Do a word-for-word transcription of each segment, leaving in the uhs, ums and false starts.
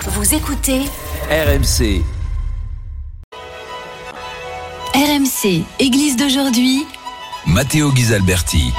Vous écoutez R M C. R M C, Église d'aujourd'hui. Matteo Ghisalberti.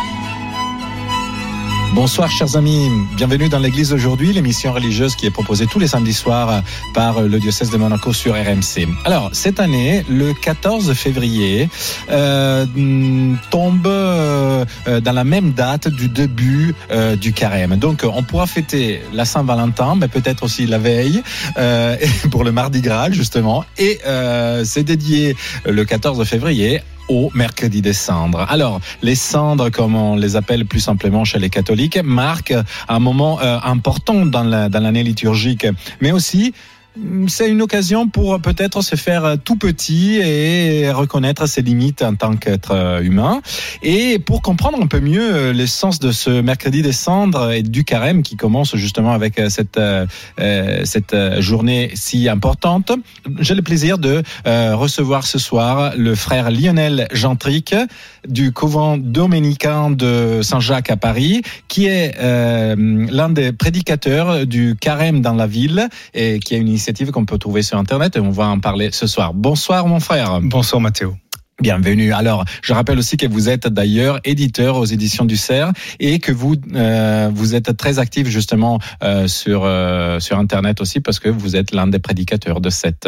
Bonsoir chers amis, bienvenue dans l'église d'aujourd'hui, l'émission religieuse qui est proposée tous les samedis soirs par le diocèse de Monaco sur R M C. Alors cette année, le quatorze février euh, tombe euh, dans la même date du début euh, du carême. Donc on pourra fêter la Saint-Valentin, mais peut-être aussi la veille euh, pour le Mardi Gras justement. Et euh, c'est dédié le quatorze février au mercredi des cendres. Alors, les cendres, comme on les appelle plus simplement chez les catholiques, marquent un moment euh, important dans, la, dans l'année liturgique, mais aussi c'est une occasion pour peut-être se faire tout petit et reconnaître ses limites en tant qu'être humain. Et pour comprendre un peu mieux l'essence de ce mercredi des cendres et du carême qui commence justement avec cette, euh, cette journée si importante, j'ai le plaisir de euh, recevoir ce soir le frère Lionel Gentric du couvent dominicain de Saint-Jacques à Paris, qui est euh, l'un des prédicateurs du carême dans la ville et qui a une initiative qu'on peut trouver sur Internet et on va en parler ce soir. Bonsoir mon frère. Bonsoir Matteo. Bienvenue. Alors, je rappelle aussi que vous êtes d'ailleurs éditeur aux éditions du Cerf et que vous euh, vous êtes très actif justement euh, sur euh, sur Internet aussi parce que vous êtes l'un des prédicateurs de cette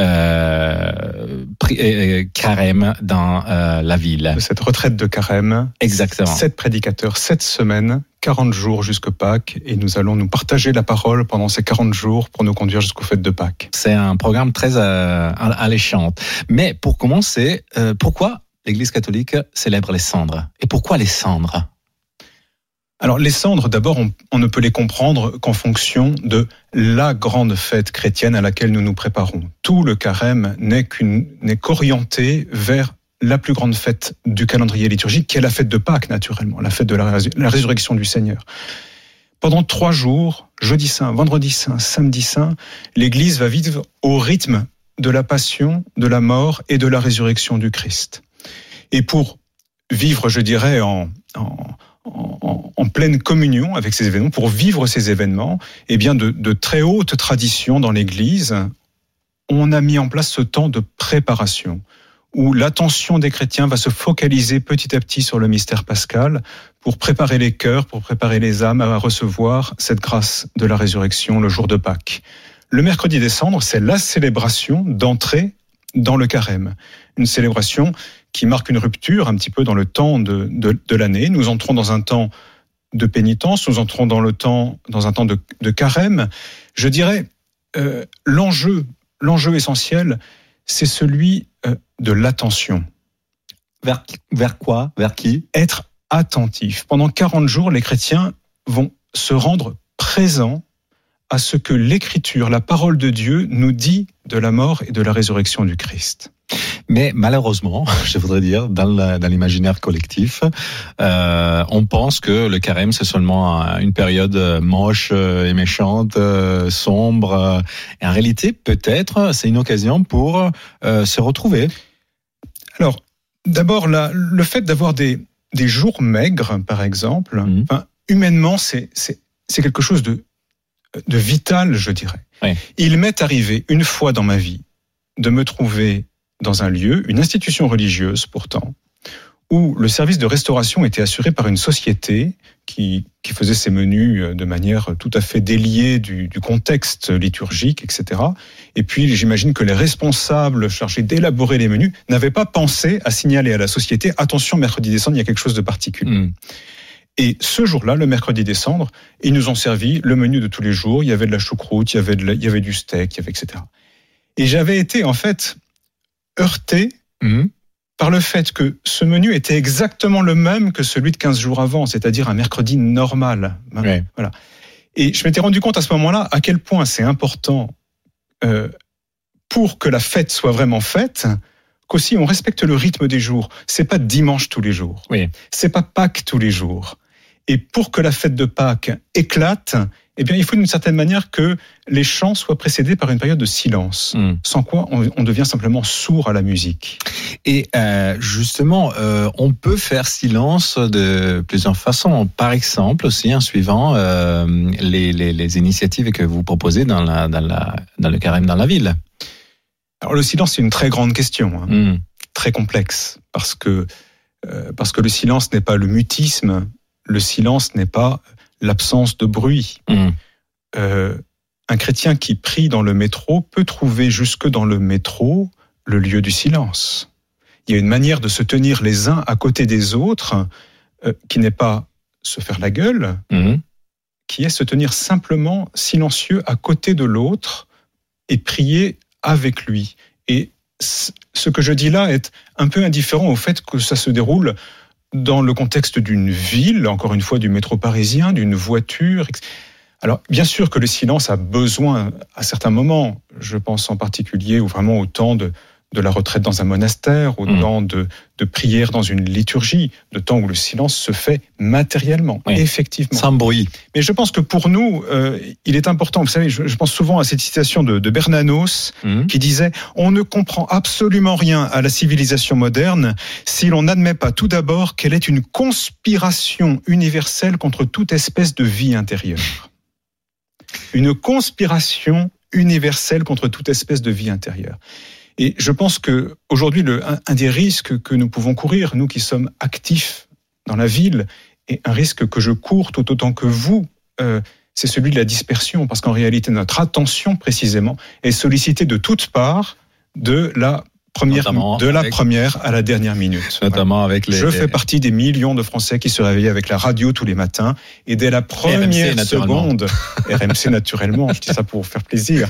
euh, pri- euh, carême dans euh, la ville. De cette retraite de carême. Exactement. Sept prédicateurs, sept semaines, quarante jours jusqu'au Pâques, et nous allons nous partager la parole pendant ces quarante jours pour nous conduire jusqu'aux fêtes de Pâques. C'est un programme très euh, alléchant. Mais pour commencer, euh, pourquoi l'Église catholique célèbre les cendres ? Et pourquoi les cendres ? Alors les cendres, d'abord, on, on ne peut les comprendre qu'en fonction de la grande fête chrétienne à laquelle nous nous préparons. Tout le carême n'est qu'une, n'est qu'orienté vers la plus grande fête du calendrier liturgique, qui est la fête de Pâques, naturellement, la fête de la, résur- la résurrection du Seigneur. Pendant trois jours, jeudi saint, vendredi saint, samedi saint, l'Église va vivre au rythme de la passion, de la mort et de la résurrection du Christ. Et pour vivre, je dirais, en, en, en, en pleine communion avec ces événements, pour vivre ces événements, eh bien de, de très hautes traditions dans l'Église, on a mis en place ce temps de préparation, où l'attention des chrétiens va se focaliser petit à petit sur le mystère pascal pour préparer les cœurs, pour préparer les âmes à recevoir cette grâce de la résurrection le jour de Pâques. Le mercredi des cendres, c'est la célébration d'entrée dans le carême. Une célébration qui marque une rupture un petit peu dans le temps de, de, de l'année. Nous entrons dans un temps de pénitence, nous entrons dans, le temps, dans un temps de, de carême. Je dirais, euh, l'enjeu, l'enjeu essentiel, c'est celui euh, de l'attention. Vers, vers quoi ? Vers qui ? Être attentif. Pendant quarante jours, les chrétiens vont se rendre présents à ce que l'Écriture, la parole de Dieu, nous dit de la mort et de la résurrection du Christ. Mais malheureusement, je voudrais dire, dans, la, dans l'imaginaire collectif, euh, on pense que le carême, c'est seulement une période moche et méchante, sombre. Et en réalité, peut-être, c'est une occasion pour euh, se retrouver. Alors, d'abord, la, le fait d'avoir des, des jours maigres, par exemple, mmh. enfin, humainement, c'est, c'est, c'est quelque chose de, de vital, je dirais. Oui. Il m'est arrivé une fois dans ma vie de me trouver dans un lieu, une institution religieuse pourtant, où le service de restauration était assuré par une société qui, qui faisait ses menus de manière tout à fait déliée du, du contexte liturgique, et cetera. Et puis, j'imagine que les responsables chargés d'élaborer les menus n'avaient pas pensé à signaler à la société « Attention, mercredi des cendres, il y a quelque chose de particulier mmh. ». Et ce jour-là, le mercredi des cendres, ils nous ont servi le menu de tous les jours. Il y avait de la choucroute, il y avait, de la, il y avait du steak, il y avait et cetera. Et j'avais été en fait heurté mmh. par le fait que ce menu était exactement le même que celui de quinze jours avant, c'est-à-dire un mercredi normal. Ouais. Voilà. Et je m'étais rendu compte à ce moment-là à quel point c'est important euh, pour que la fête soit vraiment faite, qu'aussi on respecte le rythme des jours. C'est pas dimanche tous les jours. Oui. C'est pas Pâques tous les jours. Et pour que la fête de Pâques éclate, eh bien, il faut d'une certaine manière que les chants soient précédés par une période de silence, mmh. sans quoi on, on devient simplement sourd à la musique. Et euh, justement, euh, on peut faire silence de plusieurs façons. Par exemple, aussi en suivant euh, les, les, les initiatives que vous proposez dans, la, dans, la, dans le carême dans la ville. Alors le silence, c'est une très grande question, hein, mmh. très complexe, parce que, euh, parce que le silence n'est pas le mutisme, le silence n'est pas l'absence de bruit. Mmh. Euh, un chrétien qui prie dans le métro peut trouver jusque dans le métro le lieu du silence. Il y a une manière de se tenir les uns à côté des autres euh, qui n'est pas se faire la gueule, mmh. qui est se tenir simplement silencieux à côté de l'autre et prier avec lui. Et ce que je dis là est un peu indifférent au fait que ça se déroule dans le contexte d'une ville, encore une fois du métro parisien, d'une voiture. Alors, bien sûr que le silence a besoin, à certains moments, je pense en particulier ou vraiment au temps de, de la retraite dans un monastère, au mmh. temps de, de prière dans une liturgie, de temps où le silence se fait matériellement, oui. effectivement. Sans bruit. Mais je pense que pour nous, euh, il est important, vous savez, je, je pense souvent à cette citation de, de Bernanos, mmh. qui disait « On ne comprend absolument rien à la civilisation moderne si l'on n'admet pas tout d'abord qu'elle est une conspiration universelle contre toute espèce de vie intérieure. » Une conspiration universelle contre toute espèce de vie intérieure. Et je pense que aujourd'hui, le, un, un des risques que nous pouvons courir, nous qui sommes actifs dans la ville, et un risque que je cours tout autant que vous, euh, c'est celui de la dispersion, parce qu'en réalité, notre attention, précisément, est sollicitée de toutes parts de la première, de la avec, première à la dernière minute. Notamment voilà. avec les... Je fais partie des millions de Français qui se réveillent avec la radio tous les matins, et dès la première R M C, seconde... R M C naturellement, je dis ça pour vous faire plaisir.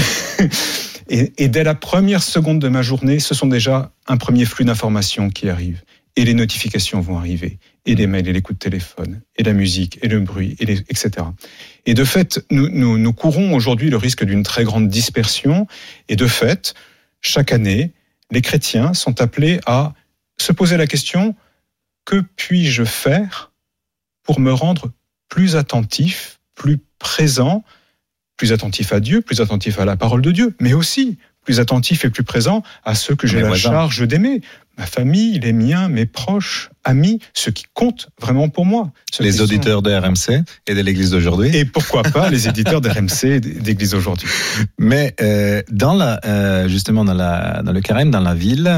Et, et dès la première seconde de ma journée, ce sont déjà un premier flux d'informations qui arrive. Et les notifications vont arriver, et les mails, et les coups de téléphone, et la musique, et le bruit, et, les, et cetera. Et de fait, nous, nous, nous courons aujourd'hui le risque d'une très grande dispersion. Et de fait, chaque année, les chrétiens sont appelés à se poser la question, que puis-je faire pour me rendre plus attentif, plus présent, plus attentif à Dieu, plus attentif à la parole de Dieu, mais aussi plus attentif et plus présent à ceux que j'ai la charge d'aimer. Ma famille, les miens, mes proches, amis, ceux qui comptent vraiment pour moi. Les auditeurs sont... de R M C et de l'Église d'aujourd'hui. Et pourquoi pas les éditeurs de R M C et d'Église d'aujourd'hui. Mais euh, dans la, euh, justement dans, la, dans le carême, dans la ville,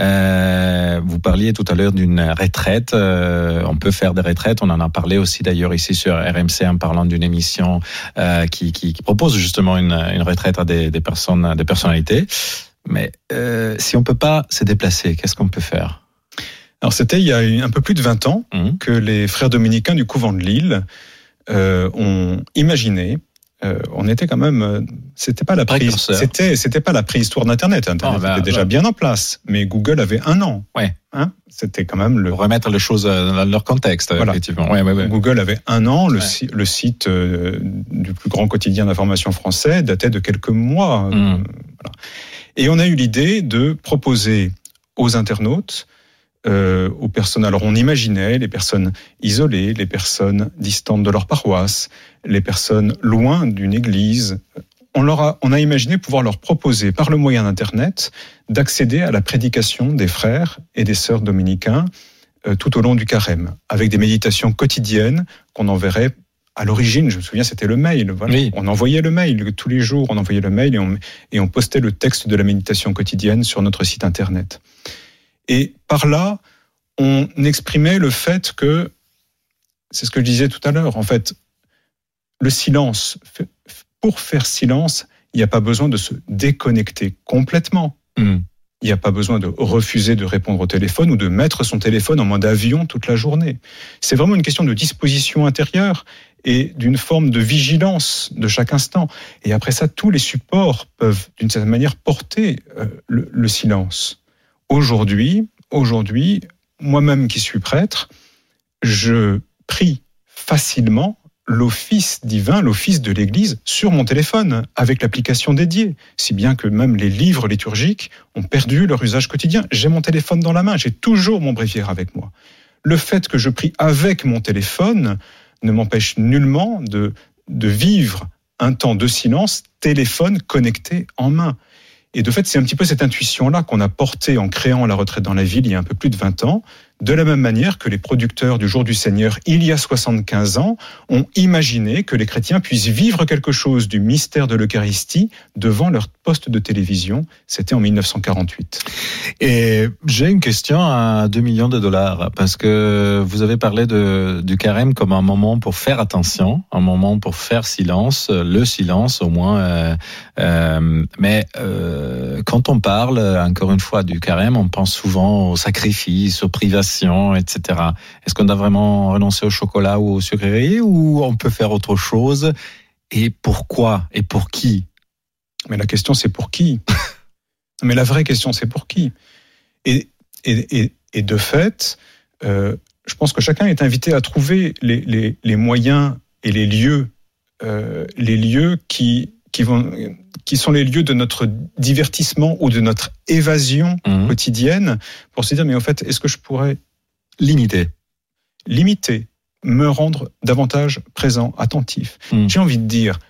euh, vous parliez tout à l'heure d'une retraite. Euh, on peut faire des retraites. On en a parlé aussi d'ailleurs ici sur R M C en parlant d'une émission euh, qui, qui, qui propose justement une, une retraite à des, des personnes, des personnalités. Mais euh, si on ne peut pas se déplacer, qu'est-ce qu'on peut faire ? Alors c'était il y a un peu plus de vingt ans mmh. que les frères dominicains du couvent de Lille euh, ont imaginé, euh, on était quand même, c'était pas la pré, c'était c'était pas la préhistoire d'Internet, Internet oh, bah, était déjà bah. bien en place, mais Google avait un an. Ouais. Hein, c'était quand même le... Pour remettre les choses dans leur contexte, voilà. effectivement. Ouais, ouais, ouais. Google avait un an, le, ouais. si, le site euh, du plus grand quotidien d'information français datait de quelques mois. Mmh. Euh, voilà. Et on a eu l'idée de proposer aux internautes, euh, aux personnes, alors on imaginait les personnes isolées, les personnes distantes de leur paroisse, les personnes loin d'une église, on, leur a, on a imaginé pouvoir leur proposer par le moyen d'Internet d'accéder à la prédication des frères et des sœurs dominicains euh, tout au long du carême, avec des méditations quotidiennes qu'on enverrait. À l'origine, je me souviens, c'était le mail. Voilà. Oui. On envoyait le mail tous les jours. On envoyait le mail et on, et on postait le texte de la méditation quotidienne sur notre site internet. Et par là, on exprimait le fait que, c'est ce que je disais tout à l'heure, en fait, le silence, pour faire silence, il n'y a pas besoin de se déconnecter complètement. Mmh. Il n'y a pas besoin de refuser de répondre au téléphone ou de mettre son téléphone en mode avion toute la journée. C'est vraiment une question de disposition intérieure et d'une forme de vigilance de chaque instant. Et après ça, tous les supports peuvent, d'une certaine manière, porter euh, le, le silence. Aujourd'hui, aujourd'hui, moi-même qui suis prêtre, je prie facilement l'office divin, l'office de l'Église sur mon téléphone, avec l'application dédiée. Si bien que même les livres liturgiques ont perdu leur usage quotidien. J'ai mon téléphone dans la main, j'ai toujours mon bréviaire avec moi. Le fait que je prie avec mon téléphone ne m'empêche nullement de, de vivre un temps de silence, téléphone connecté en main. Et de fait, c'est un petit peu cette intuition-là qu'on a portée en créant La Retraite dans la ville il y a un peu plus de vingt ans, de la même manière que les producteurs du Jour du Seigneur, il y a soixante-quinze ans, ont imaginé que les chrétiens puissent vivre quelque chose du mystère de l'Eucharistie devant leur poste de télévision. C'était en dix-neuf cent quarante-huit. Et j'ai une question à deux millions de dollars, parce que vous avez parlé de, du carême comme un moment pour faire attention, un moment pour faire silence, le silence au moins. Euh, euh, mais euh, quand on parle, encore une fois, du carême, on pense souvent au sacrifice, aux privations, et cetera. Est-ce qu'on doit vraiment renoncer au chocolat ou aux sucreries, ou on peut faire autre chose? Et pourquoi? Et pour qui? Mais la question, c'est pour qui? Mais la vraie question, c'est pour qui? Et, et, et, et de fait, euh, je pense que chacun est invité à trouver les, les, les moyens et les lieux, euh, les lieux qui, qui, vont, qui sont les lieux de notre divertissement ou de notre évasion mmh. quotidienne, pour se dire, mais en fait, est-ce que je pourrais limiter, limiter, me rendre davantage présent, attentif? Mmh. J'ai envie de dire,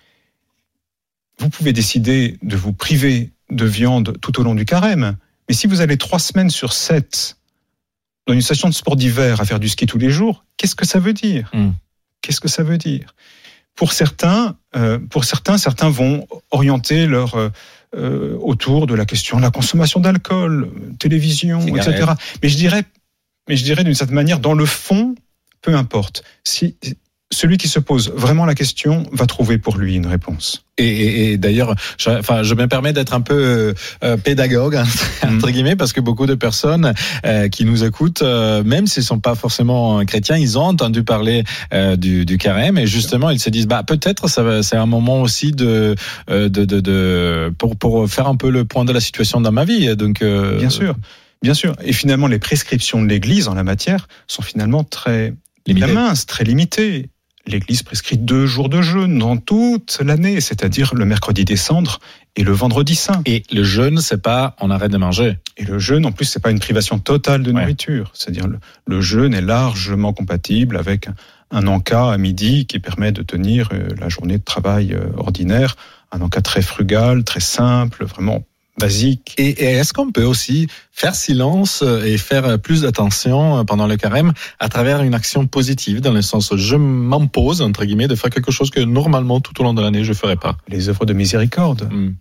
vous pouvez décider de vous priver de viande tout au long du carême, mais si vous allez trois semaines sur sept dans une station de sport d'hiver à faire du ski tous les jours, qu'est-ce que ça veut dire? mmh. Qu'est-ce que ça veut dire? Pour certains, euh, pour certains, certains vont orienter leur euh, autour de la question de la consommation d'alcool, télévision, Cigarette. et cetera. Mais je dirais, mais je dirais d'une certaine manière, dans le fond, peu importe. Si celui qui se pose vraiment la question va trouver pour lui une réponse. Et, et, et d'ailleurs, je, enfin, je me permets d'être un peu euh, pédagogue entre mmh. guillemets, parce que beaucoup de personnes euh, qui nous écoutent, euh, même s'ils sont pas forcément chrétiens, ils ont entendu parler euh, du, du carême, et justement, ils se disent, bah peut-être ça, c'est un moment aussi de, euh, de, de, de pour pour faire un peu le point de la situation dans ma vie. Donc, euh, bien sûr, bien sûr. Et finalement, les prescriptions de l'Église en la matière sont finalement très limitées. minces, très limitées. L'Église prescrit deux jours de jeûne dans toute l'année, c'est-à-dire le mercredi des cendres et le vendredi saint. Et le jeûne, c'est pas on arrête de manger. Et le jeûne, en plus, c'est pas une privation totale de ouais. nourriture. C'est-à-dire le, le jeûne est largement compatible avec un, un encas à midi qui permet de tenir euh, la journée de travail euh, ordinaire. Un encas très frugal, très simple, vraiment basique. Et, et est-ce qu'on peut aussi faire silence et faire plus d'attention pendant le carême à travers une action positive, dans le sens où je m'impose, entre guillemets, de faire quelque chose que normalement tout au long de l'année je ne ferais pas? Les œuvres de miséricorde. Mm.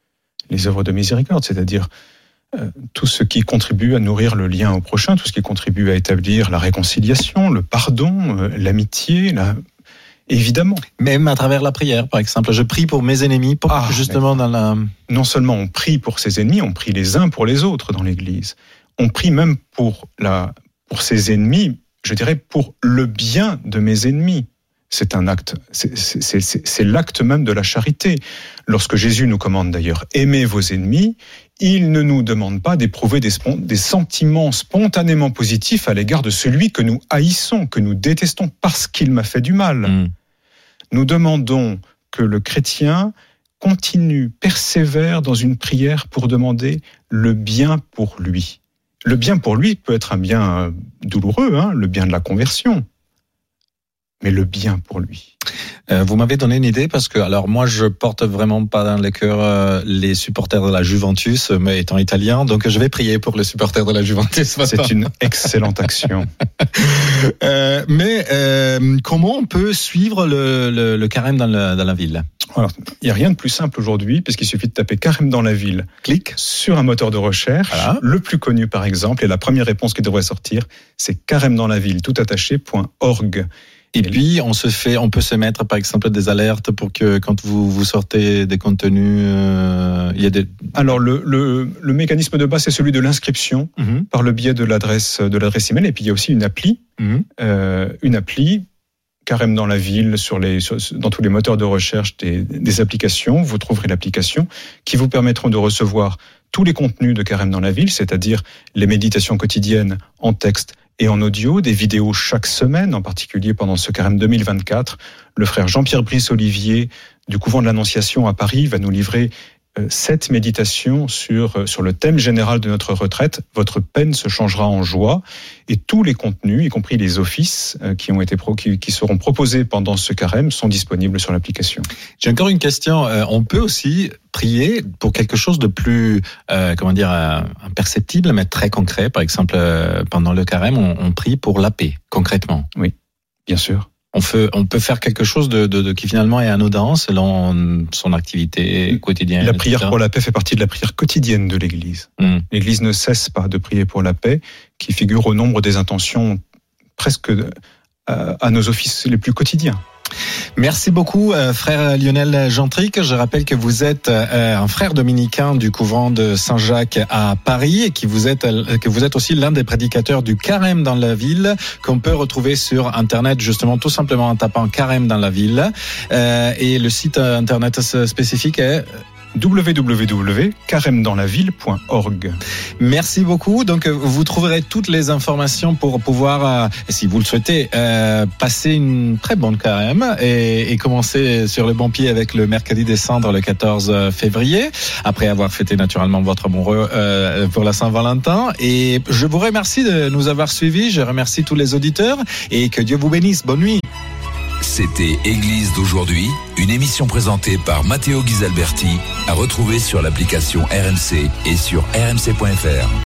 Les œuvres de miséricorde, c'est-à-dire euh, tout ce qui contribue à nourrir le lien au prochain, tout ce qui contribue à établir la réconciliation, le pardon, euh, l'amitié, la... Évidemment. Même à travers la prière, par exemple. Je prie pour mes ennemis, pour ah, justement dans la... Non seulement on prie pour ses ennemis, on prie les uns pour les autres dans l'Église. On prie même pour, la, pour ses ennemis, je dirais pour le bien de mes ennemis. C'est un acte, c'est, c'est, c'est, c'est l'acte même de la charité. Lorsque Jésus nous commande d'ailleurs, aimez vos ennemis, il ne nous demande pas d'éprouver des, des sentiments spontanément positifs à l'égard de celui que nous haïssons, que nous détestons parce qu'il m'a fait du mal. Mmh. Nous demandons que le chrétien continue, persévère dans une prière pour demander le bien pour lui. Le bien pour lui peut être un bien douloureux, hein, le bien de la conversion, mais le bien pour lui. Euh, vous m'avez donné une idée, parce que alors moi je porte vraiment pas dans le cœur euh, les supporters de la Juventus, mais étant italien, donc je vais prier pour les supporters de la Juventus. C'est une excellente action. euh, mais euh, comment on peut suivre le, le, le carême dans, le, dans la ville? Alors, il n'y a rien de plus simple aujourd'hui, puisqu'il suffit de taper carême dans la ville. Clic sur un moteur de recherche. Voilà. Le plus connu, par exemple, et la première réponse qui devrait sortir, c'est carême dans la ville, tout attaché, point org. Et puis, on se fait, on peut se mettre, par exemple, des alertes pour que quand vous, vous sortez des contenus, euh, il y a des... Alors, le, le, le mécanisme de base, c'est celui de l'inscription mm-hmm. par le biais de l'adresse, de l'adresse email. Et puis, il y a aussi une appli, mm-hmm. euh, une appli, carême dans la ville, sur les, sur, dans tous les moteurs de recherche des, des applications. Vous trouverez l'application qui vous permettront de recevoir tous les contenus de carême dans la ville, c'est-à-dire les méditations quotidiennes en texte et en audio, des vidéos chaque semaine, en particulier pendant ce carême deux mille vingt-quatre. Le frère Jean-Pierre Brice-Olivier du couvent de l'Annonciation à Paris va nous livrer cette méditation sur, sur le thème général de notre retraite, votre peine se changera en joie. Et tous les contenus, y compris les offices qui, ont été pro, qui, qui seront proposés pendant ce carême, sont disponibles sur l'application. J'ai encore une question. On peut aussi prier pour quelque chose de plus, euh, comment dire, euh, imperceptible, mais très concret. Par exemple, euh, pendant le carême, on, on prie pour la paix, concrètement. Oui, bien sûr. On, fait, on peut faire quelque chose de, de, de qui finalement est anodin selon son activité quotidienne. La prière pour la paix fait partie de la prière quotidienne de l'Église. Mmh. L'Église ne cesse pas de prier pour la paix, qui figure au nombre des intentions presque à, à nos offices les plus quotidiens. Merci beaucoup, euh, frère Lionel Gentric. Je rappelle que vous êtes euh, un frère dominicain du couvent de Saint-Jacques à Paris et que vous êtes, euh, que vous êtes aussi l'un des prédicateurs du carême dans la ville, qu'on peut retrouver sur Internet, justement, tout simplement en tapant carême dans la ville. Euh, et le site Internet spécifique est w w w point carême dans la ville point org. Merci beaucoup. Donc, vous trouverez toutes les informations pour pouvoir, euh, si vous le souhaitez, euh, passer une très bonne carême et, et commencer sur le bon pied avec le mercredi des cendres le quatorze février, après avoir fêté naturellement votre amoureux euh, pour la Saint-Valentin. Et je vous remercie de nous avoir suivis. Je remercie tous les auditeurs et que Dieu vous bénisse. Bonne nuit. C'était Église d'aujourd'hui, une émission présentée par Matteo Ghisalberti, à retrouver sur l'application R M C et sur r m c point f r.